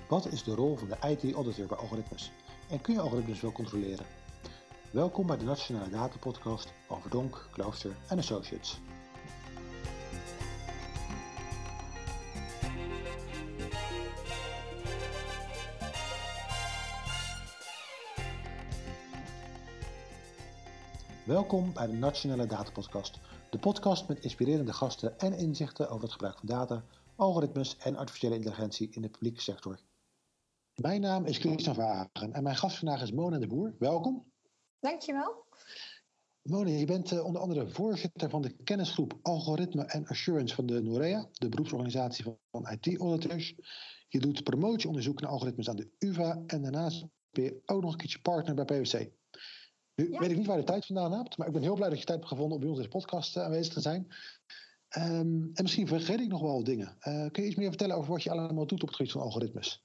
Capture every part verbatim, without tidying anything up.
Wat is de rol van de I T-auditor bij algoritmes? En kun je algoritmes wel controleren? Welkom bij de Nationale Data Podcast over Donk, Klooster en Associates. Welkom bij de Nationale Data Podcast, de podcast met inspirerende gasten en inzichten over het gebruik van data, algoritmes en artificiële intelligentie in de publieke sector. Mijn naam is Christian Verhagen en mijn gast vandaag is Mona de Boer. Welkom. Dankjewel. Mona, je bent uh, onder andere voorzitter van de kennisgroep Algoritme en Assurance van de NOREA, de beroepsorganisatie van, van I T-auditors. Je doet promotieonderzoek naar algoritmes aan de U vA en daarnaast ben je ook nog een keertje partner bij P W C. Nu ja. weet ik niet waar je de tijd vandaan hebt, maar ik ben heel blij dat je tijd hebt gevonden om bij ons in deze podcast uh, aanwezig te zijn. Um, en misschien vergeet ik nog wel dingen. Uh, kun je iets meer vertellen over wat je allemaal doet op het gebied van algoritmes?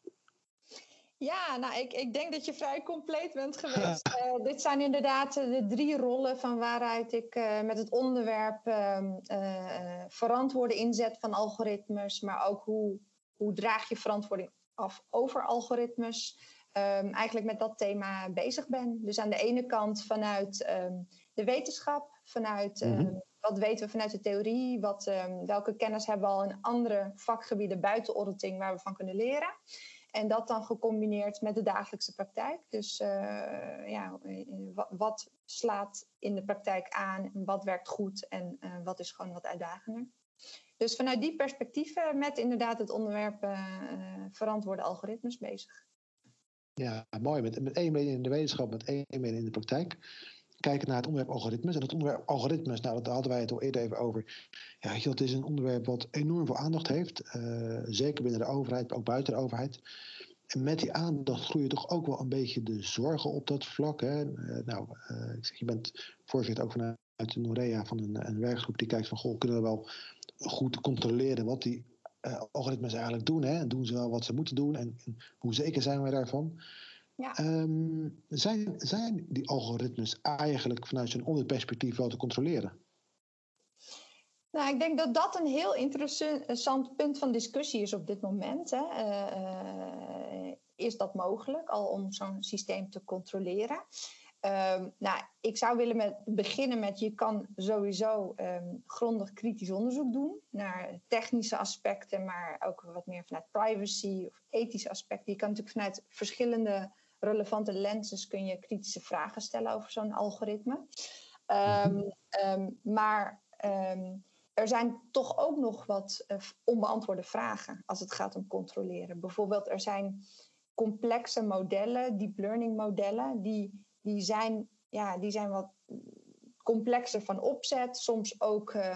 Ja, nou, ik, ik denk dat je vrij compleet bent geweest. uh, dit zijn inderdaad de drie rollen van waaruit ik uh, met het onderwerp uh, uh, verantwoorde inzet van algoritmes, maar ook hoe, hoe draag je verantwoording af over algoritmes. Um, eigenlijk met dat thema bezig ben. Dus aan de ene kant vanuit um, de wetenschap, vanuit um, mm-hmm. wat weten we vanuit de theorie, wat, um, welke kennis hebben we al in andere vakgebieden buiten auditing waar we van kunnen leren. En dat dan gecombineerd met de dagelijkse praktijk. Dus uh, ja, wat, wat slaat in de praktijk aan, wat werkt goed en uh, wat is gewoon wat uitdagender. Dus vanuit die perspectieven met inderdaad het onderwerp uh, verantwoorde algoritmes bezig. Ja, mooi. Met, met één been in de wetenschap, met één been in de praktijk. Kijken naar het onderwerp algoritmes. En het onderwerp algoritmes, nou, daar hadden wij het al eerder even over. Ja, dat is een onderwerp wat enorm veel aandacht heeft. Uh, zeker binnen de overheid, maar ook buiten de overheid. En met die aandacht groeien toch ook wel een beetje de zorgen op dat vlak. Hè. Uh, nou, uh, ik zeg, je bent voorzitter ook vanuit de NOREA van een, een werkgroep die kijkt van, goh, kunnen we wel goed controleren wat die Uh, algoritmes eigenlijk doen. Hè? Doen ze wel wat ze moeten doen? En, en hoe zeker zijn we daarvan? Ja. Um, zijn, zijn die algoritmes eigenlijk vanuit zo'n onderperspectief wel te controleren? Nou, ik denk dat dat een heel interessant punt van discussie is op dit moment. Hè. Uh, is dat mogelijk, al om zo'n systeem te controleren? Um, nou, ik zou willen met, beginnen met, je kan sowieso um, grondig kritisch onderzoek doen naar technische aspecten, maar ook wat meer vanuit privacy of ethische aspecten. Je kan natuurlijk vanuit verschillende relevante lenses kun je kritische vragen stellen over zo'n algoritme. Um, um, maar um, er zijn toch ook nog wat uh, onbeantwoorde vragen als het gaat om controleren. Bijvoorbeeld, er zijn complexe modellen, deep learning modellen, die Die zijn, ja, die zijn wat complexer van opzet. Soms ook uh,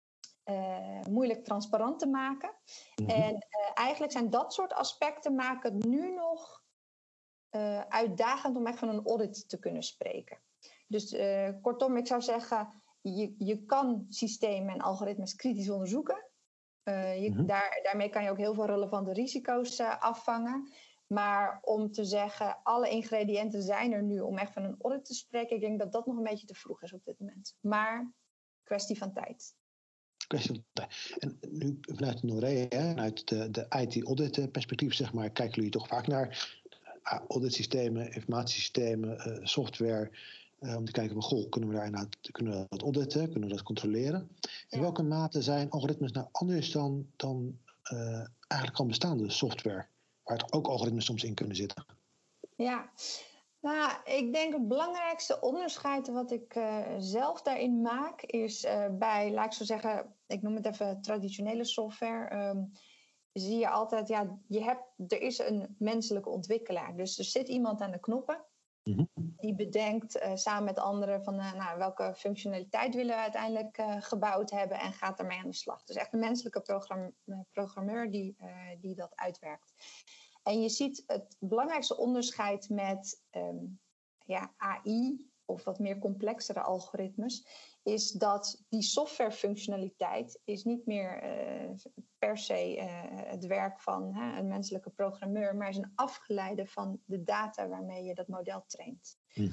uh, moeilijk transparant te maken. Mm-hmm. En uh, eigenlijk zijn dat soort aspecten maken het nu nog uh, uitdagend om echt van een audit te kunnen spreken. Dus uh, kortom, ik zou zeggen, je, je kan systemen en algoritmes kritisch onderzoeken. Uh, je, mm-hmm. daar, daarmee kan je ook heel veel relevante risico's uh, afvangen. Maar om te zeggen, alle ingrediënten zijn er nu om echt van een audit te spreken, ik denk dat dat nog een beetje te vroeg is op dit moment. Maar kwestie van tijd. Kwestie van tijd. En nu vanuit de NOREA, vanuit de, de I T-audit perspectief, zeg maar, kijken jullie toch vaak naar uh, auditsystemen, informatiesystemen, uh, software, uh, om te kijken van, goh, kunnen we daar inderdaad, kunnen we dat auditen, kunnen we dat controleren? In ja. welke mate zijn algoritmes nou anders dan, dan uh, eigenlijk al bestaande software? Waar het ook algoritmes soms in kunnen zitten. Ja, nou, ik denk het belangrijkste onderscheid wat ik uh, zelf daarin maak is uh, bij, laat ik zo zeggen, ik noem het even traditionele software. Um, zie je altijd, ja, je hebt, er is een menselijke ontwikkelaar. Dus er zit iemand aan de knoppen. Mm-hmm. Die bedenkt uh, samen met anderen van uh, nou, welke functionaliteit willen we uiteindelijk uh, gebouwd hebben en gaat ermee aan de slag. Dus echt een menselijke program- programmeur die, uh, die dat uitwerkt. En je ziet het belangrijkste onderscheid met um, ja, A I of wat meer complexere algoritmes, is dat die softwarefunctionaliteit is niet meer uh, per se uh, het werk van hè, een menselijke programmeur, maar is een afgeleide van de data waarmee je dat model traint. Mm-hmm.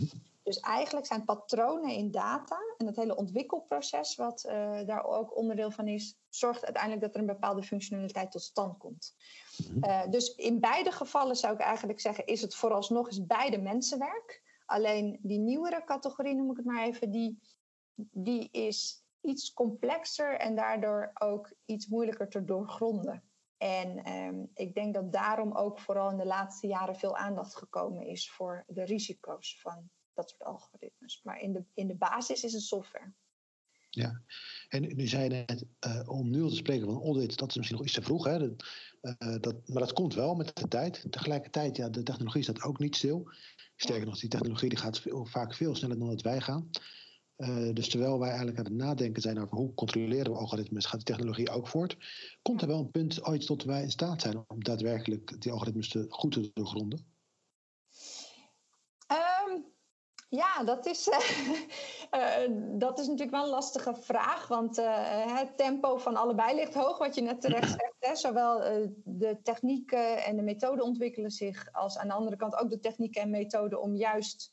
Dus eigenlijk zijn patronen in data en het hele ontwikkelproces, wat uh, daar ook onderdeel van is, zorgt uiteindelijk dat er een bepaalde functionaliteit tot stand komt. Uh, dus in beide gevallen zou ik eigenlijk zeggen, is het vooralsnog is beide mensenwerk. Alleen die nieuwere categorie, noem ik het maar even, die, die is iets complexer en daardoor ook iets moeilijker te doorgronden. En um, ik denk dat daarom ook vooral in de laatste jaren veel aandacht gekomen is voor de risico's van dat soort algoritmes. Maar in de, in de basis is het software. Ja, en nu zei je net, uh, om nu al te spreken van audit, dat is misschien nog iets te vroeg. Hè? Dat, uh, dat, maar dat komt wel met de tijd. Tegelijkertijd, ja, de technologie staat ook niet stil. Sterker nog, die technologie die gaat veel, vaak veel sneller dan dat wij gaan. Uh, dus terwijl wij eigenlijk aan het nadenken zijn over hoe controleren we algoritmes, gaat de technologie ook voort. Komt er wel een punt ooit tot wij in staat zijn om daadwerkelijk die algoritmes te, goed te doorgronden? Um, ja, dat is, uh, uh, dat is natuurlijk wel een lastige vraag. Want uh, het tempo van allebei ligt hoog, wat je net terecht zegt. Hè. Zowel uh, de technieken en de methoden ontwikkelen zich, als aan de andere kant ook de technieken en methoden om juist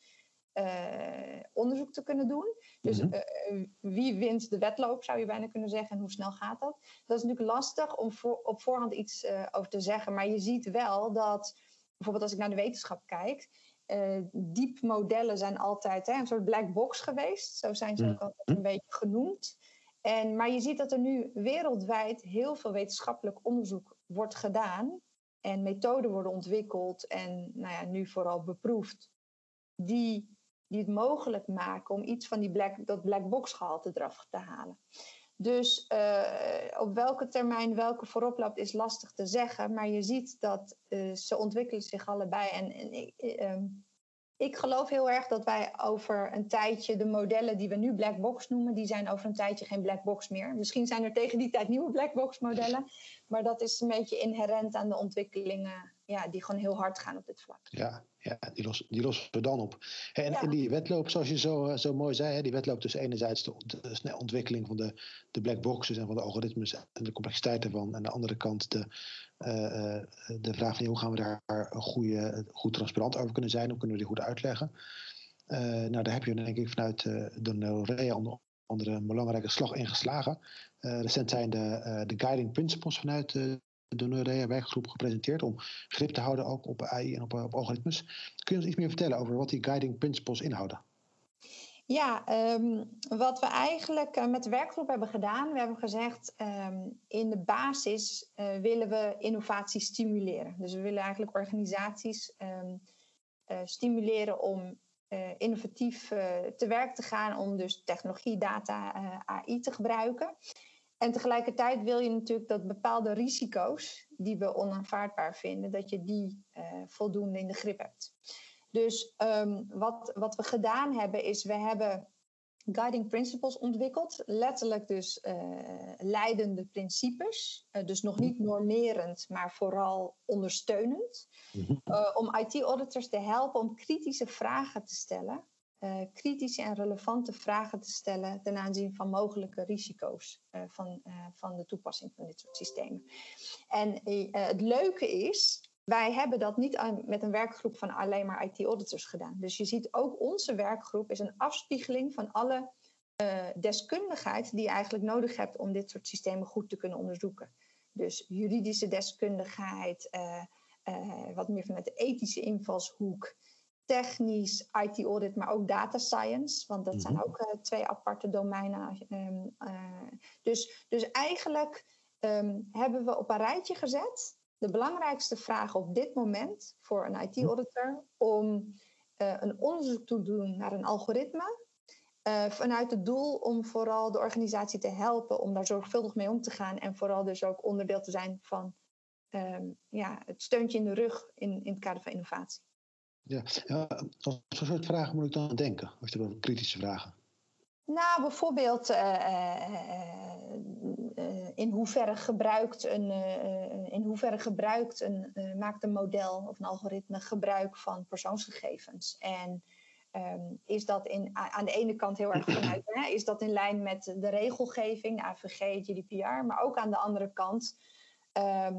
Uh, onderzoek te kunnen doen. Dus uh, wie wint de wedloop, zou je bijna kunnen zeggen, en hoe snel gaat dat? Dat is natuurlijk lastig om voor, op voorhand iets uh, over te zeggen, maar je ziet wel dat, bijvoorbeeld als ik naar de wetenschap kijk, uh, diep modellen zijn altijd hè, een soort black box geweest. Zo zijn ze ook altijd een beetje genoemd. En, maar je ziet dat er nu wereldwijd heel veel wetenschappelijk onderzoek wordt gedaan en methoden worden ontwikkeld en nou ja, nu vooral beproefd, die die het mogelijk maken om iets van die black, dat black box gehalte eraf te halen. Dus uh, op welke termijn welke voorop loopt is lastig te zeggen, maar je ziet dat uh, ze ontwikkelen zich allebei. En, en ik, uh, ik geloof heel erg dat wij over een tijdje de modellen die we nu black box noemen, die zijn over een tijdje geen black box meer. Misschien zijn er tegen die tijd nieuwe black box modellen, maar dat is een beetje inherent aan de ontwikkelingen ja, die gewoon heel hard gaan op dit vlak. Ja, ja die, los, die lossen we dan op. En ja. in die wedloop, zoals je zo, zo mooi zei, hè, die wedloop tussen enerzijds de, de snelle ontwikkeling van de, de black boxes en van de algoritmes en de complexiteit ervan, en aan de andere kant de, uh, de vraag van hoe gaan we daar een goede, goed transparant over kunnen zijn, hoe kunnen we die goed uitleggen. Uh, nou, daar heb je denk ik vanuit uh, de Norea onder andere een belangrijke slag in geslagen. Uh, recent zijn de, uh, de guiding principles vanuit uh, de Norea-werkgroep gepresenteerd om grip te houden ook op A I en op, op algoritmes. Kun je ons iets meer vertellen over wat die guiding principles inhouden? Ja, um, wat we eigenlijk uh, met de werkgroep hebben gedaan, we hebben gezegd um, in de basis uh, willen we innovatie stimuleren. Dus we willen eigenlijk organisaties um, uh, stimuleren om uh, innovatief uh, te werk te gaan, om dus technologie, data, uh, A I te gebruiken. En tegelijkertijd wil je natuurlijk dat bepaalde risico's die we onaanvaardbaar vinden, dat je die uh, voldoende in de grip hebt. Dus um, wat, wat we gedaan hebben is, we hebben guiding principles ontwikkeld. Letterlijk dus uh, leidende principes. Uh, dus nog niet normerend, maar vooral ondersteunend. Uh, om I T-auditors te helpen om kritische vragen te stellen. Uh, kritische en relevante vragen te stellen ten aanzien van mogelijke risico's uh, van, uh, van de toepassing van dit soort systemen. En uh, het leuke is, wij hebben dat niet aan, met een werkgroep van alleen maar I T-auditors gedaan. Dus je ziet ook onze werkgroep is een afspiegeling van alle uh, deskundigheid die je eigenlijk nodig hebt om dit soort systemen goed te kunnen onderzoeken. Dus juridische deskundigheid, uh, uh, wat meer vanuit de ethische invalshoek, technisch, I T-audit, maar ook data science. Want dat zijn ook uh, twee aparte domeinen. Um, uh, dus, dus eigenlijk um, hebben we op een rijtje gezet de belangrijkste vragen op dit moment voor een I T-auditor om uh, een onderzoek te doen naar een algoritme. Uh, vanuit het doel om vooral de organisatie te helpen om daar zorgvuldig mee om te gaan. En vooral dus ook onderdeel te zijn van um, ja, het steuntje in de rug in, in het kader van innovatie. Ja, ja, wat voor soort vragen moet ik dan denken? Of je wel kritische vragen? Nou, bijvoorbeeld uh, uh, uh, in hoeverre gebruikt een, uh, in hoeverre gebruikt een, uh, maakt een model of een algoritme gebruik van persoonsgegevens. En um, is dat in, aan de ene kant heel erg vanuit, hè, is dat in lijn met de regelgeving, A V G, G D P R, maar ook aan de andere kant Um,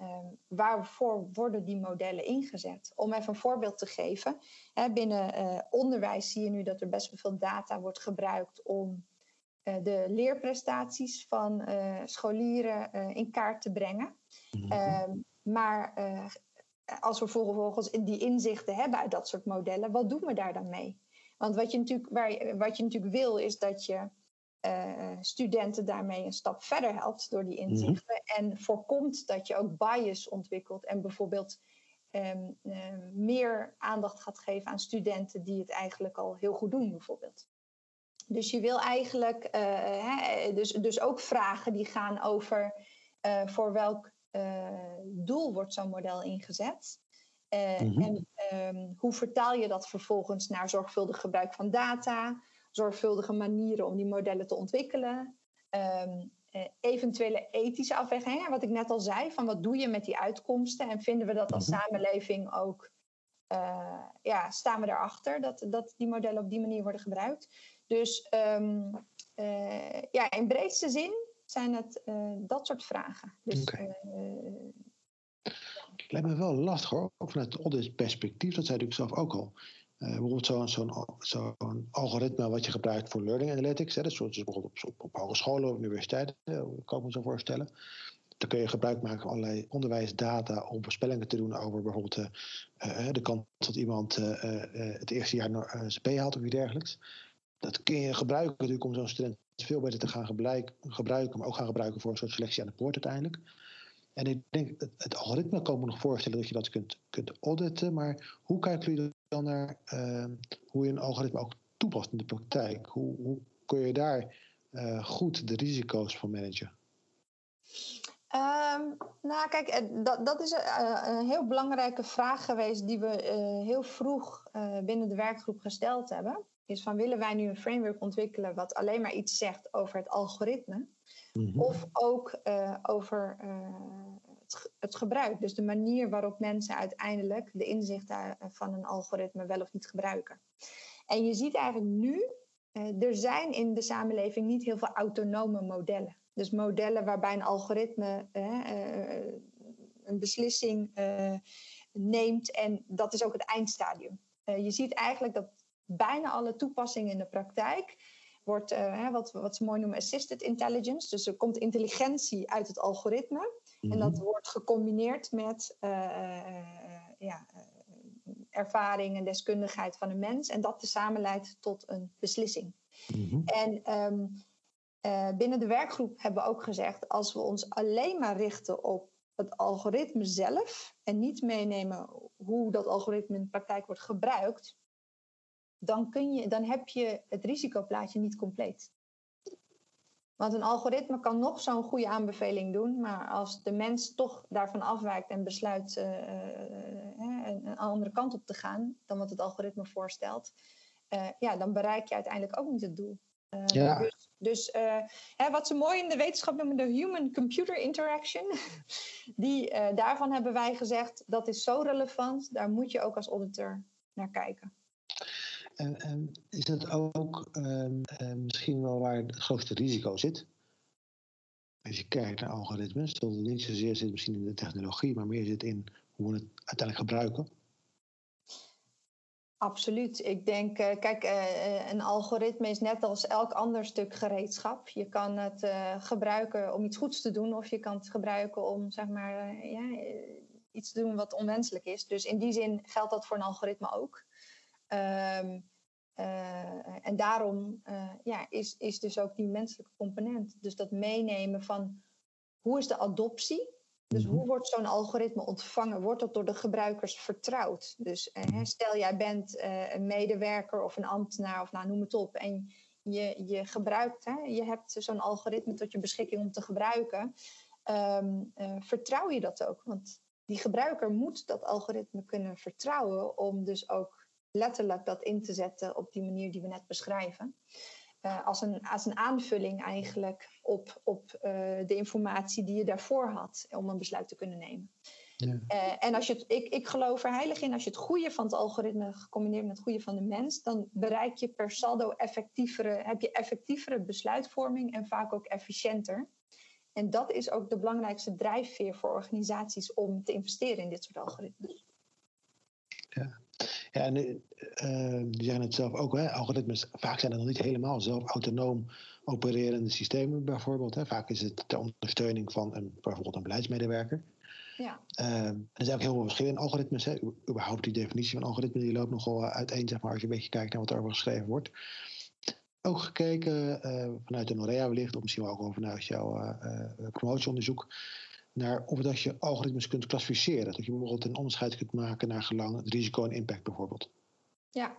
um, waarvoor worden die modellen ingezet? Om even een voorbeeld te geven. Hè, binnen uh, onderwijs zie je nu dat er best wel veel data wordt gebruikt om uh, de leerprestaties van uh, scholieren uh, in kaart te brengen. Mm-hmm. Um, maar uh, als we vervolgens die inzichten hebben uit dat soort modellen, wat doen we daar dan mee? Want wat je natuurlijk, waar je, wat je natuurlijk wil, is dat je uh, studenten daarmee een stap verder helpt door die inzichten. Mm-hmm. En voorkomt dat je ook bias ontwikkelt en bijvoorbeeld um, uh, meer aandacht gaat geven aan studenten die het eigenlijk al heel goed doen, bijvoorbeeld. Dus je wil eigenlijk uh, hè, dus, dus ook vragen die gaan over uh, voor welk uh, doel wordt zo'n model ingezet. Uh, mm-hmm. En um, hoe vertaal je dat vervolgens naar zorgvuldig gebruik van data, zorgvuldige manieren om die modellen te ontwikkelen, um, uh, eventuele ethische afwegingen, wat ik net al zei, van wat doe je met die uitkomsten en vinden we dat als mm-hmm. samenleving ook, uh, ja, staan we daarachter dat, dat die modellen op die manier worden gebruikt. Dus um, uh, ja, in breedste zin zijn het uh, dat soort vragen. Dus, okay. uh, Het lijkt me wel lastig hoor, ook vanuit het auditperspectief, dat zei ik zelf ook al. Uh, bijvoorbeeld zo'n, zo'n, zo'n algoritme wat je gebruikt voor learning analytics, hè, dat soort dus bijvoorbeeld op, op, op hogescholen of universiteiten, kan ik me zo voorstellen. Dan kun je gebruik maken van allerlei onderwijsdata om voorspellingen te doen over bijvoorbeeld uh, uh, de kans dat iemand uh, uh, het eerste jaar uh, zijn P haalt of iets dergelijks. Dat kun je gebruiken natuurlijk om zo'n student veel beter te gaan gebruik, gebruiken, maar ook gaan gebruiken voor een soort selectie aan de poort uiteindelijk. En ik denk, het, het algoritme kan me nog voorstellen dat je dat kunt, kunt auditen, maar hoe kijken jullie dan naar uh, hoe je een algoritme ook toepast in de praktijk? Hoe, hoe kun je daar uh, goed de risico's van managen? Um, nou, kijk, dat, dat is een, een heel belangrijke vraag geweest die we uh, heel vroeg uh, binnen de werkgroep gesteld hebben. Is van, willen wij nu een framework ontwikkelen wat alleen maar iets zegt over het algoritme? Mm-hmm. Of ook uh, over uh, het, het gebruik. Dus de manier waarop mensen uiteindelijk de inzichten van een algoritme wel of niet gebruiken. En je ziet eigenlijk nu, uh, er zijn in de samenleving niet heel veel autonome modellen. Dus modellen waarbij een algoritme uh, uh, een beslissing uh, neemt. En dat is ook het eindstadium. Uh, je ziet eigenlijk dat bijna alle toepassingen in de praktijk wordt uh, wat, wat ze mooi noemen assisted intelligence. Dus er komt intelligentie uit het algoritme. Mm-hmm. En dat wordt gecombineerd met uh, uh, ja, uh, ervaring en deskundigheid van een mens. En dat tezamen leidt tot een beslissing. Mm-hmm. En um, uh, binnen de werkgroep hebben we ook gezegd, als we ons alleen maar richten op het algoritme zelf en niet meenemen hoe dat algoritme in de praktijk wordt gebruikt, Dan, kun je, dan heb je het risicoplaatje niet compleet. Want een algoritme kan nog zo'n goede aanbeveling doen, maar als de mens toch daarvan afwijkt en besluit uh, uh, een, een andere kant op te gaan dan wat het algoritme voorstelt, uh, ja, dan bereik je uiteindelijk ook niet het doel. Uh, ja. Dus, dus uh, hè, wat ze mooi in de wetenschap noemen de human-computer interaction, die, uh, daarvan hebben wij gezegd, dat is zo relevant, daar moet je ook als auditor naar kijken. En, en is dat ook um, uh, misschien wel waar het grootste risico zit? Als je kijkt naar algoritmes, dat het niet zozeer zit misschien in de technologie, maar meer zit in hoe we het uiteindelijk gebruiken. Absoluut. Ik denk, uh, kijk, uh, een algoritme is net als elk ander stuk gereedschap. Je kan het uh, gebruiken om iets goeds te doen, of je kan het gebruiken om, zeg maar, uh, ja, iets te doen wat onwenselijk is. Dus in die zin geldt dat voor een algoritme ook. Um, uh, en daarom uh, ja, is, is dus ook die menselijke component. Dus dat meenemen van hoe is de adoptie? Dus hoe wordt zo'n algoritme ontvangen? Wordt dat door de gebruikers vertrouwd? Dus uh, stel jij bent uh, een medewerker of een ambtenaar of nou, noem het op. En je, je gebruikt, hè, je hebt zo'n algoritme tot je beschikking om te gebruiken. Um, uh, vertrouw je dat ook? Want die gebruiker moet dat algoritme kunnen vertrouwen om dus ook letterlijk dat in te zetten op die manier die we net beschrijven. Uh, als, een, als een aanvulling eigenlijk op, op uh, de informatie die je daarvoor had om een besluit te kunnen nemen. Ja. Uh, en als je het, ik, ik geloof er heilig in, als je het goede van het algoritme gecombineerd met het goede van de mens, dan bereik je per saldo effectievere, heb je effectievere besluitvorming en vaak ook efficiënter. En dat is ook de belangrijkste drijfveer voor organisaties om te investeren in dit soort algoritmes. Ja, ja en uh, die zeggen het zelf ook, hè, algoritmes, vaak zijn er nog niet helemaal zelf autonoom opererende systemen bijvoorbeeld. Hè. Vaak is het ter ondersteuning van een, bijvoorbeeld een beleidsmedewerker. Ja. Uh, er zijn ook heel veel verschillen in algoritmes. Hè. Überhaupt die definitie van algoritme die loopt nogal uiteen, zeg maar, als je een beetje kijkt naar wat erover geschreven wordt. Ook gekeken uh, vanuit de Norea wellicht, of misschien wel ook vanuit jouw uh, uh, promotieonderzoek, naar of dat je algoritmes kunt klassificeren. Dat je bijvoorbeeld een onderscheid kunt maken naar gelang het risico en impact bijvoorbeeld. Ja,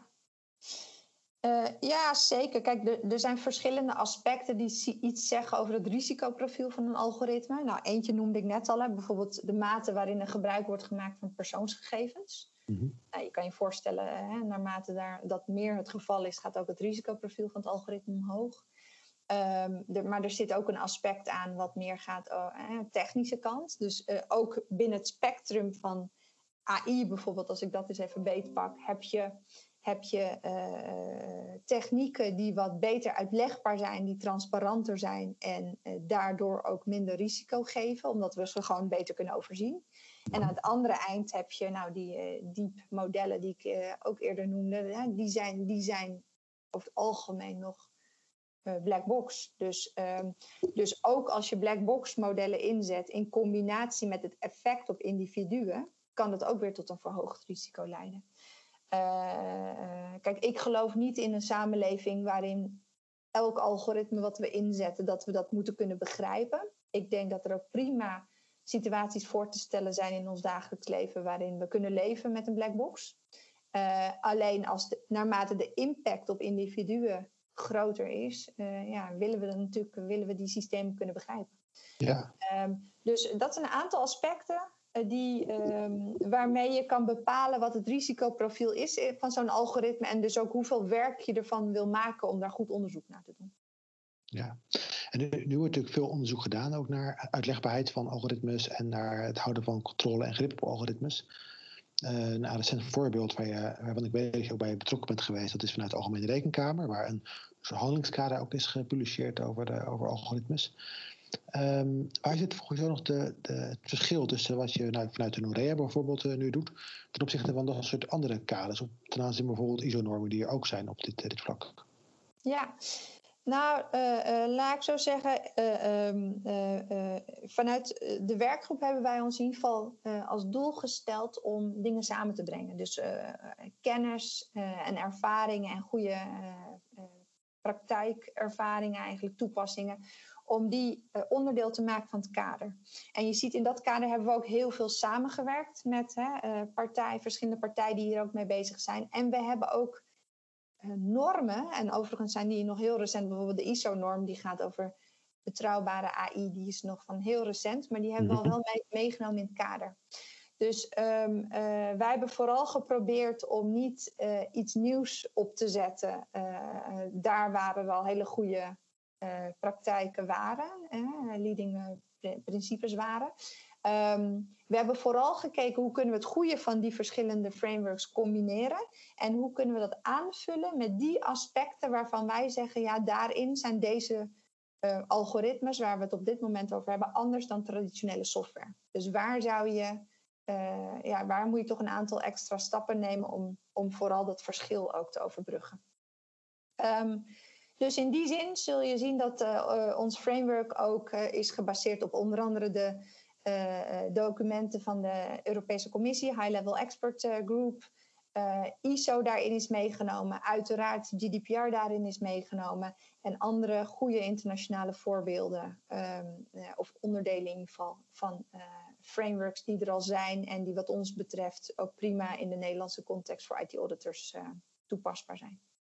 uh, ja zeker. Kijk, er, er zijn verschillende aspecten die iets zeggen over het risicoprofiel van een algoritme. Nou, eentje noemde ik net al, hè, bijvoorbeeld de mate waarin er gebruik wordt gemaakt van persoonsgegevens. Mm-hmm. Nou, je kan je voorstellen, hè, naarmate daar, dat meer het geval is, gaat ook het risicoprofiel van het algoritme omhoog. Um, de, maar er zit ook een aspect aan wat meer gaat over uh, de technische kant. Dus uh, ook binnen het spectrum van A I bijvoorbeeld, als ik dat eens even beetpak, heb je, heb je uh, technieken die wat beter uitlegbaar zijn, die transparanter zijn en uh, daardoor ook minder risico geven, omdat we ze gewoon beter kunnen overzien. En aan het andere eind heb je nou die uh, diep modellen die ik uh, ook eerder noemde, hè, die, zijn, die zijn over het algemeen nog Uh, black box. Dus, um, dus ook als je black box modellen inzet in combinatie met het effect op individuen, kan dat ook weer tot een verhoogd risico leiden. Uh, uh, kijk, ik geloof niet in een samenleving waarin elk algoritme wat we inzetten, dat we dat moeten kunnen begrijpen. Ik denk dat er ook prima situaties voor te stellen zijn in ons dagelijks leven waarin we kunnen leven met een black box. Uh, alleen als de, naarmate de impact op individuen groter is, uh, ja, willen we dan natuurlijk willen we die systemen kunnen begrijpen. Ja. Um, dus dat zijn een aantal aspecten uh, die, um, waarmee je kan bepalen wat het risicoprofiel is van zo'n algoritme en dus ook hoeveel werk je ervan wil maken om daar goed onderzoek naar te doen. Ja, en nu, nu wordt natuurlijk veel onderzoek gedaan ook naar uitlegbaarheid van algoritmes en naar het houden van controle en grip op algoritmes. Uh, een recent voorbeeld waar je, waarvan ik weet dat je ook bij betrokken bent geweest, dat is vanuit de Algemene Rekenkamer, waar een handelingskader ook is gepubliceerd over, de, over algoritmes. Um, waar zit volgens jou nog de, de, het verschil tussen wat je nou, vanuit de Norea bijvoorbeeld uh, nu doet, ten opzichte van dat soort andere kaders, op, ten aanzien van bijvoorbeeld I S O-normen die er ook zijn op dit, dit vlak? Ja. Nou, uh, uh, laat ik zo zeggen, uh, um, uh, uh, vanuit de werkgroep hebben wij ons in ieder geval uh, als doel gesteld om dingen samen te brengen. Dus uh, kennis uh, en ervaringen en goede uh, uh, praktijkervaringen, eigenlijk toepassingen, om die uh, onderdeel te maken van het kader. En je ziet in dat kader hebben we ook heel veel samengewerkt met hè, uh, partij, verschillende partijen die hier ook mee bezig zijn. En we hebben ook normen, en overigens zijn die nog heel recent, bijvoorbeeld de I S O-norm, die gaat over betrouwbare A I, die is nog van heel recent, maar die hebben we al wel mee, meegenomen in het kader. Dus um, uh, wij hebben vooral geprobeerd om niet uh, iets nieuws op te zetten, uh, daar waar er al hele goede uh, praktijken waren, uh, leading uh, principes waren. Um, we hebben vooral gekeken hoe kunnen we het goede van die verschillende frameworks combineren en hoe kunnen we dat aanvullen met die aspecten waarvan wij zeggen, ja, daarin zijn deze uh, algoritmes waar we het op dit moment over hebben anders dan traditionele software. Dus waar zou je, uh, ja, waar moet je toch een aantal extra stappen nemen om, om vooral dat verschil ook te overbruggen. Um, dus in die zin zul je zien dat uh, uh, ons framework ook uh, is gebaseerd op onder andere de Uh, documenten van de Europese Commissie, High Level Expert uh, Group, uh, I S O daarin is meegenomen, uiteraard G D P R daarin is meegenomen en andere goede internationale voorbeelden um, uh, of onderdelen in ieder geval van uh, frameworks die er al zijn en die wat ons betreft ook prima in de Nederlandse context voor I T-auditors uh, toepasbaar zijn.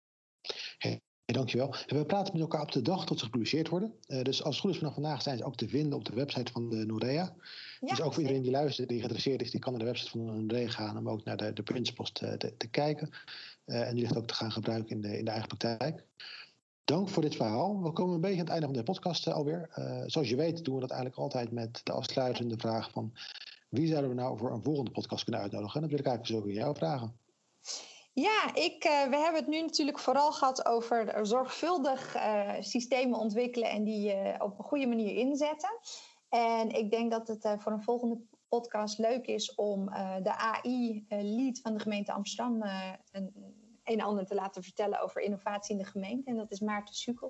Hey. Hey, dankjewel. En we praten met elkaar op de dag tot ze gepubliceerd worden. Uh, dus als het goed is vanaf vandaag zijn ze ook te vinden op de website van de Norea. Ja, dus ook voor iedereen die luistert, die geïnteresseerd is, die kan naar de website van de Norea gaan om ook naar de, de principles te, te, te kijken. Uh, en die ligt ook te gaan gebruiken in de, in de eigen praktijk. Dank voor dit verhaal. We komen een beetje aan het einde van de podcast uh, alweer. Uh, zoals je weet doen we dat eigenlijk altijd met de afsluitende vraag van wie zouden we nou voor een volgende podcast kunnen uitnodigen? En dat wil ik eigenlijk zo aan jou vragen. Ja, ik, uh, we hebben het nu natuurlijk vooral gehad over zorgvuldig uh, systemen ontwikkelen en die uh, op een goede manier inzetten. En ik denk dat het uh, voor een volgende podcast leuk is om uh, de A I-lead uh, van de gemeente Amsterdam uh, een, een en ander te laten vertellen over innovatie in de gemeente. En dat is Maarten Sukkel.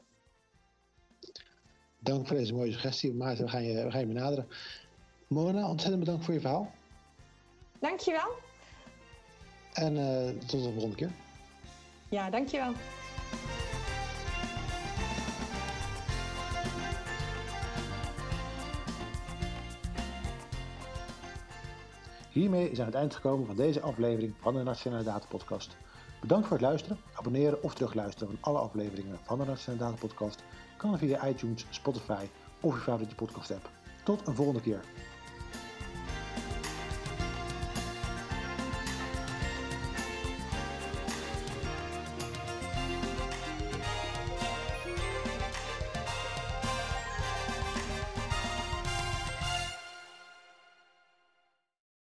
Dank voor deze mooie suggestie. Maarten, we gaan je, we gaan je benaderen. Mona, ontzettend bedankt voor je verhaal. Dankjewel. En uh, tot de volgende keer. Ja, dankjewel. Hiermee zijn we aan het eind gekomen van deze aflevering van de Nationale Data Podcast. Bedankt voor het luisteren. Abonneren of terugluisteren van alle afleveringen van de Nationale Data Podcast kan via iTunes, Spotify of je favoriete podcast app. Tot een volgende keer.